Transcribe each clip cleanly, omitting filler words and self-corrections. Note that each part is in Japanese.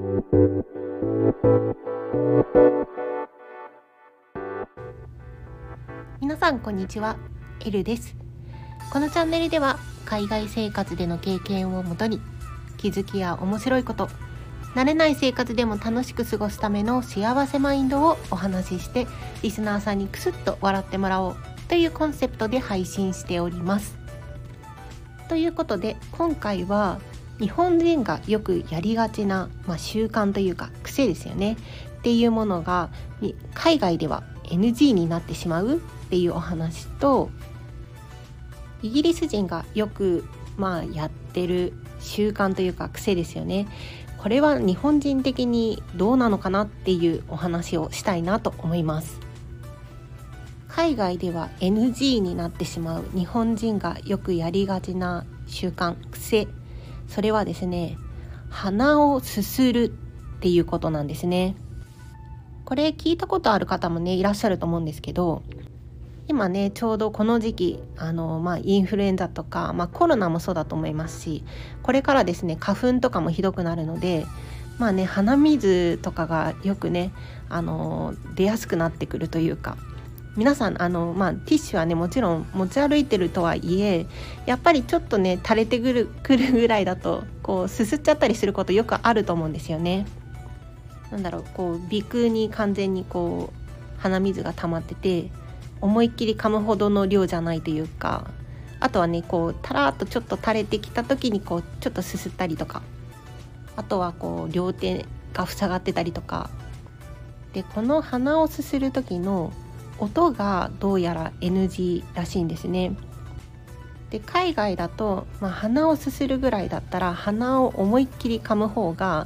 皆さんこんにちは、エルです。このチャンネルでは海外生活での経験をもとに気づきや面白いこと、慣れない生活でも楽しく過ごすための幸せマインドをお話しして、リスナーさんにクスッと笑ってもらおうというコンセプトで配信しております。ということで今回は日本人がよくやりがちな、習慣というか癖ですよねっていうものが海外では NG になってしまうっていうお話と、イギリス人がよくやってる習慣というか癖ですよね。これは日本人的にどうなのかなっていうお話をしたいなと思います。海外では NG になってしまう日本人がよくやりがちな習慣、癖、それはですね、鼻をすするっていうことなんですね。これ聞いたことある方もねいらっしゃると思うんですけど、今ねちょうどこの時期インフルエンザとか、コロナもそうだと思いますし、これからですね花粉とかもひどくなるので、鼻水とかがよくね出やすくなってくるというか、皆さんティッシュはねもちろん持ち歩いてるとはいえ、やっぱりちょっとね垂れてくるぐらいだとこうすすっちゃったりすることよくあると思うんですよね。鼻腔に完全にこう鼻水が溜まってて、思いっきり噛むほどの量じゃないというか、あとはねこうタラーっとちょっと垂れてきた時にこうちょっとすすったりとか、あとはこう両手が塞がってたりとかで、この鼻をすする時の音がどうやら NG らしいんですね。で海外だと、鼻をすするぐらいだったら鼻を思いっきり噛む方が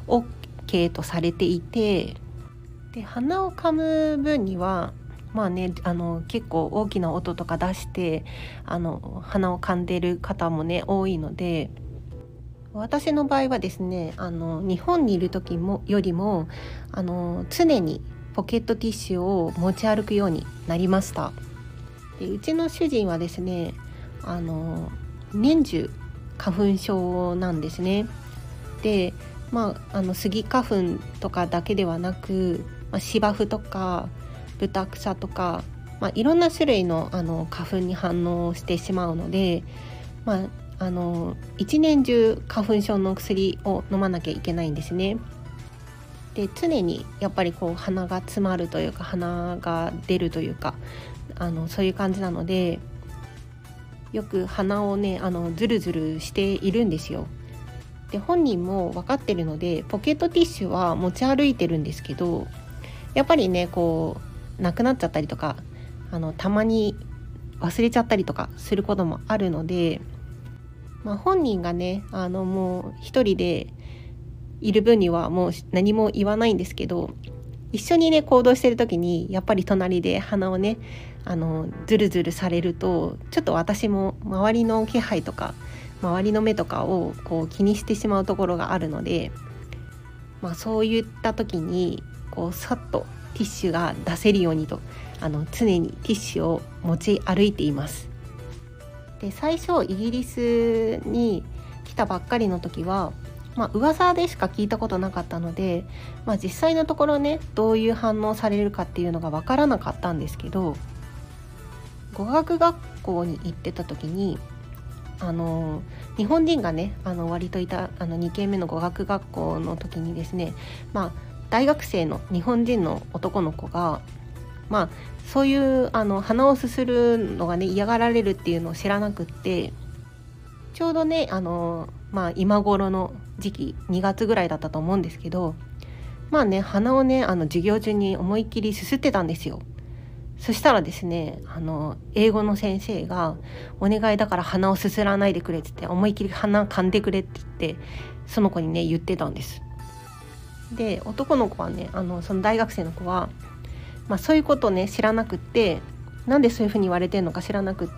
OK とされていて、で鼻を噛む分には結構大きな音とか出して鼻を噛んでる方もね多いので、私の場合はですね日本にいる時よりも常にポケットティッシュを持ち歩くようになりました。でうちの主人はですね年中花粉症なんですね。でスギ花粉とかだけではなく、芝生とかブタクサとか、いろんな種類の花粉に反応してしまうので、一年中花粉症の薬を飲まなきゃいけないんですね。で常にやっぱりこう鼻が詰まるというか鼻が出るというかそういう感じなので、よく鼻をねズルズルしているんですよ。で本人も分かってるのでポケットティッシュは持ち歩いてるんですけど、やっぱりねこうなくなっちゃったりとかたまに忘れちゃったりとかすることもあるので、本人がねもう一人でいる分にはもう何も言わないんですけど、一緒にね行動してる時にやっぱり隣で鼻をねズルズルされると、ちょっと私も周りの気配とか周りの目とかをこう気にしてしまうところがあるので、そういった時にこうさっとティッシュが出せるようにと常にティッシュを持ち歩いています。で最初イギリスに来たばっかりの時は噂でしか聞いたことなかったので、実際のところねどういう反応されるかっていうのが分からなかったんですけど、語学学校に行ってた時に日本人がね割といた2軒目の語学学校の時にですね、大学生の日本人の男の子がそういう鼻をすするのがね嫌がられるっていうのを知らなくって、ちょうどね今頃の時期2月ぐらいだったと思うんですけど、鼻をね授業中に思いっきりすすってたんですよ。そしたらですね英語の先生がお願いだから鼻をすすらないでくれって言って、思いっきり鼻噛んでくれって言ってその子にね言ってたんです。で男の子はねその大学生の子は、そういうことをね知らなくって、なんでそういうふうに言われてるのか知らなくって、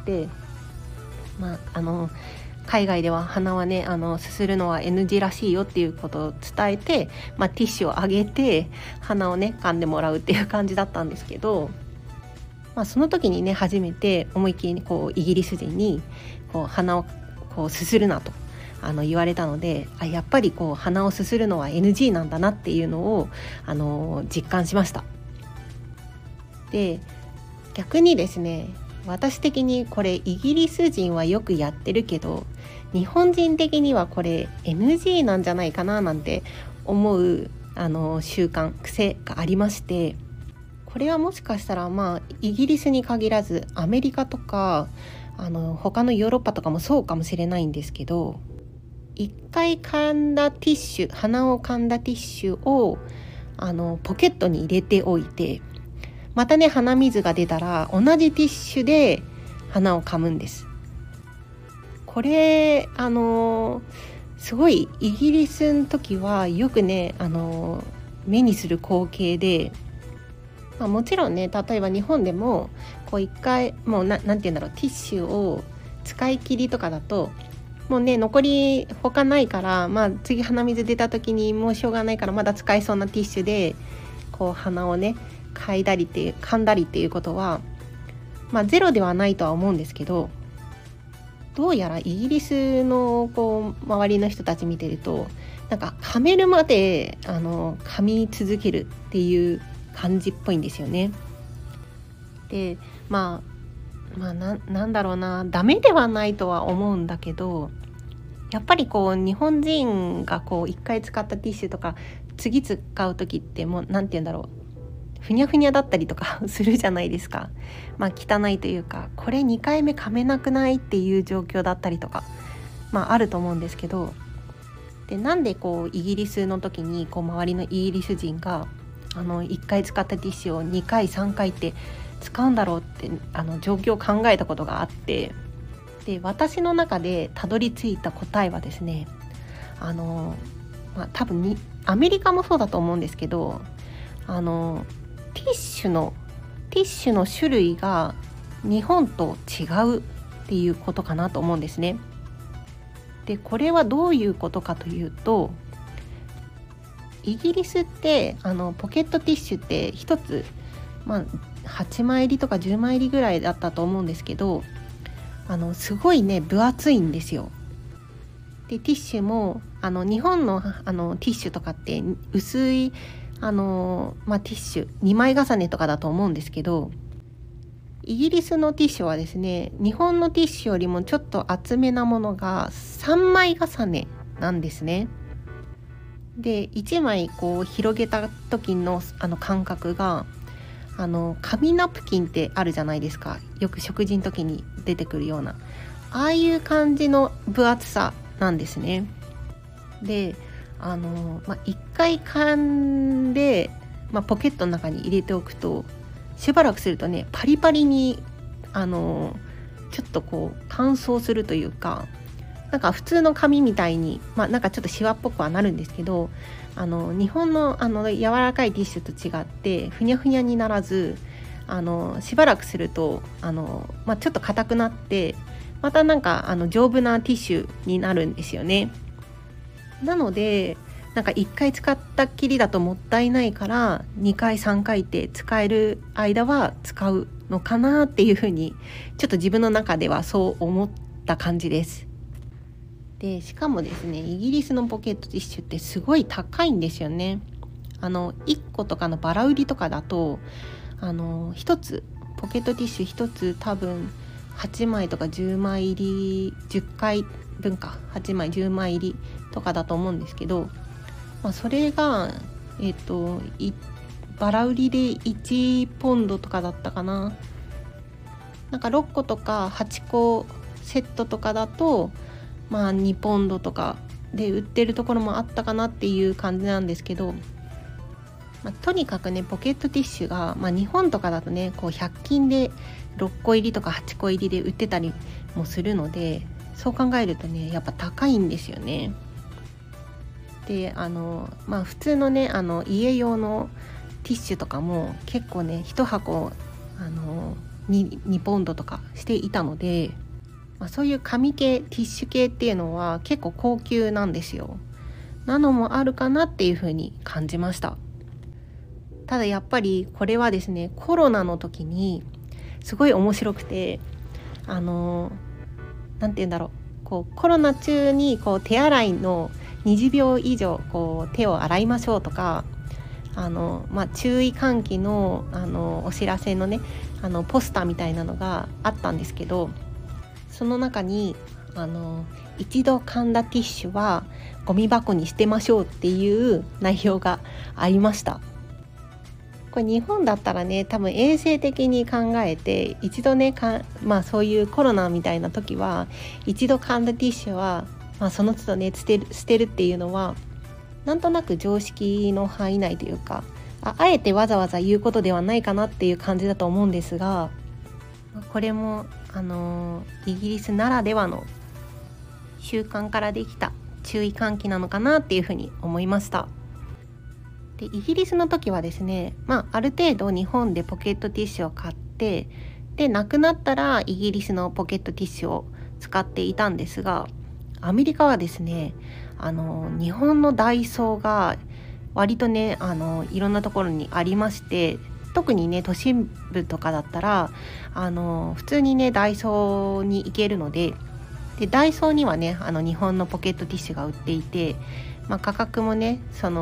海外では鼻はねすするのは NG らしいよっていうことを伝えて、ティッシュをあげて鼻をね噛んでもらうっていう感じだったんですけど、その時にね初めて思いっきりこうイギリス人にこう鼻をこうすするなと言われたので、やっぱりこう鼻をすするのは NG なんだなっていうのを実感しました。で逆にですね、私的にこれイギリス人はよくやってるけど日本人的にはこれ NG なんじゃないかななんて思う習慣癖がありまして、これはもしかしたらイギリスに限らずアメリカとか他のヨーロッパとかもそうかもしれないんですけど、一回噛んだティッシュ、鼻を噛んだティッシュをポケットに入れておいて、またね鼻水が出たら同じティッシュで鼻を噛むんです。これすごいイギリスの時はよくね目にする光景で、もちろんね例えば日本でもこう一回もうなんて言うんだろう、ティッシュを使い切りとかだともうね残り他ないから、次鼻水出た時にもうしょうがないからまだ使えそうなティッシュでこう鼻をね噛んだりっていうことはゼロではないとは思うんですけど、どうやらイギリスのこう周りの人たち見てるとなんか噛めるまで噛み続けるっていう感じっぽいんですよね。でなんだろうな、ダメではないとは思うんだけど、やっぱりこう日本人がこう一回使ったティッシュとか次使う時ってもうなんて言うんだろう、ふにゃふにゃだったりとかするじゃないですか。汚いというか、これ2回目噛めなくないっていう状況だったりとかあると思うんですけど、でなんでこうイギリスの時にこう周りのイギリス人が1回使ったティッシュを2回3回って使うんだろうって状況を考えたことがあって、で私の中でたどり着いた答えはですね、多分にアメリカもそうだと思うんですけど、ティッシュの種類が日本と違うっていうことかなと思うんですね。でこれはどういうことかというと、イギリスってポケットティッシュって1つ、8枚入りとか10枚入りぐらいだったと思うんですけど、すごいね分厚いんですよ。でティッシュも日本のティッシュとかって薄いティッシュ2枚重ねとかだと思うんですけど、イギリスのティッシュはですね、日本のティッシュよりもちょっと厚めなものが3枚重ねなんですね。で1枚こう広げた時の感覚が紙ナプキンってあるじゃないですか、よく食事の時に出てくるようなああいう感じの分厚さなんですね。で一回噛んで、ポケットの中に入れておくとしばらくするとねパリパリにちょっとこう乾燥するというか、なんか普通の紙みたいになんかちょっとシワっぽくはなるんですけど、日本の柔らかいティッシュと違ってふにゃふにゃにならず、しばらくするとちょっと硬くなってまたなんか丈夫なティッシュになるんですよね。なのでなんか1回使ったっきりだともったいないから2回3回って使える間は使うのかなっていうふうにちょっと自分の中ではそう思った感じです。でしかもですね、イギリスのポケットティッシュってすごい高いんですよね。1個とかのバラ売りとかだと1つポケットティッシュ1つ多分8枚とか10枚入り10回分か8枚10枚入りとかだと思うんですけど、それがバラ売りで1ポンドとかだったかな。なんか6個とか8個セットとかだと2ポンドとかで売ってるところもあったかなっていう感じなんですけど、とにかくねポケットティッシュが、日本とかだとねこう100均で6個入りとか8個入りで売ってたりもするので、そう考えるとねやっぱ高いんですよね。で普通のね家用のティッシュとかも結構ね1箱2ポンドとかしていたので、そういう紙系ティッシュ系っていうのは結構高級なんですよ。なのもあるかなっていう風に感じました。ただやっぱりこれはですねコロナの時にすごい面白くてなんて言うんだろう、 コロナ中に手洗いの20秒以上手を洗いましょうとか、注意喚起の、お知らせのねポスターみたいなのがあったんですけど、その中に一度噛んだティッシュはゴミ箱に捨てましょうっていう内容がありました。これ日本だったらね、多分衛生的に考えて一度ねそういうコロナみたいな時は一度噛んだティッシュは、その都度ね捨てるっていうのはなんとなく常識の範囲内というか、あえてわざわざ言うことではないかなっていう感じだと思うんですが、これもイギリスならではの習慣からできた注意喚起なのかなっていうふうに思いました。でイギリスの時はですね、ある程度日本でポケットティッシュを買って、でなくなったらイギリスのポケットティッシュを使っていたんですが、アメリカはですね日本のダイソーが割とねいろんなところにありまして、特にね都心部とかだったら普通にねダイソーに行けるので、ダイソーにはね日本のポケットティッシュが売っていて、価格もね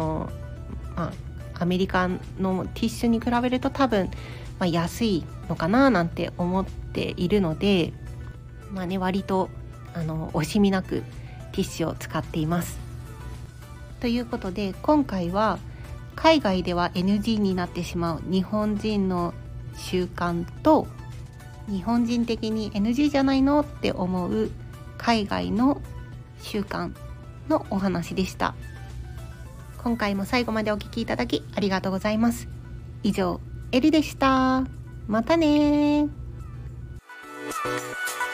アメリカのティッシュに比べると多分、安いのかななんて思っているので、割と惜しみなくティッシュを使っています。ということで今回は海外では NG になってしまう日本人の習慣と、日本人的に NG じゃないのって思う海外の習慣のお話でした。今回も最後までお聞きいただきありがとうございます。以上、エリでした。またね。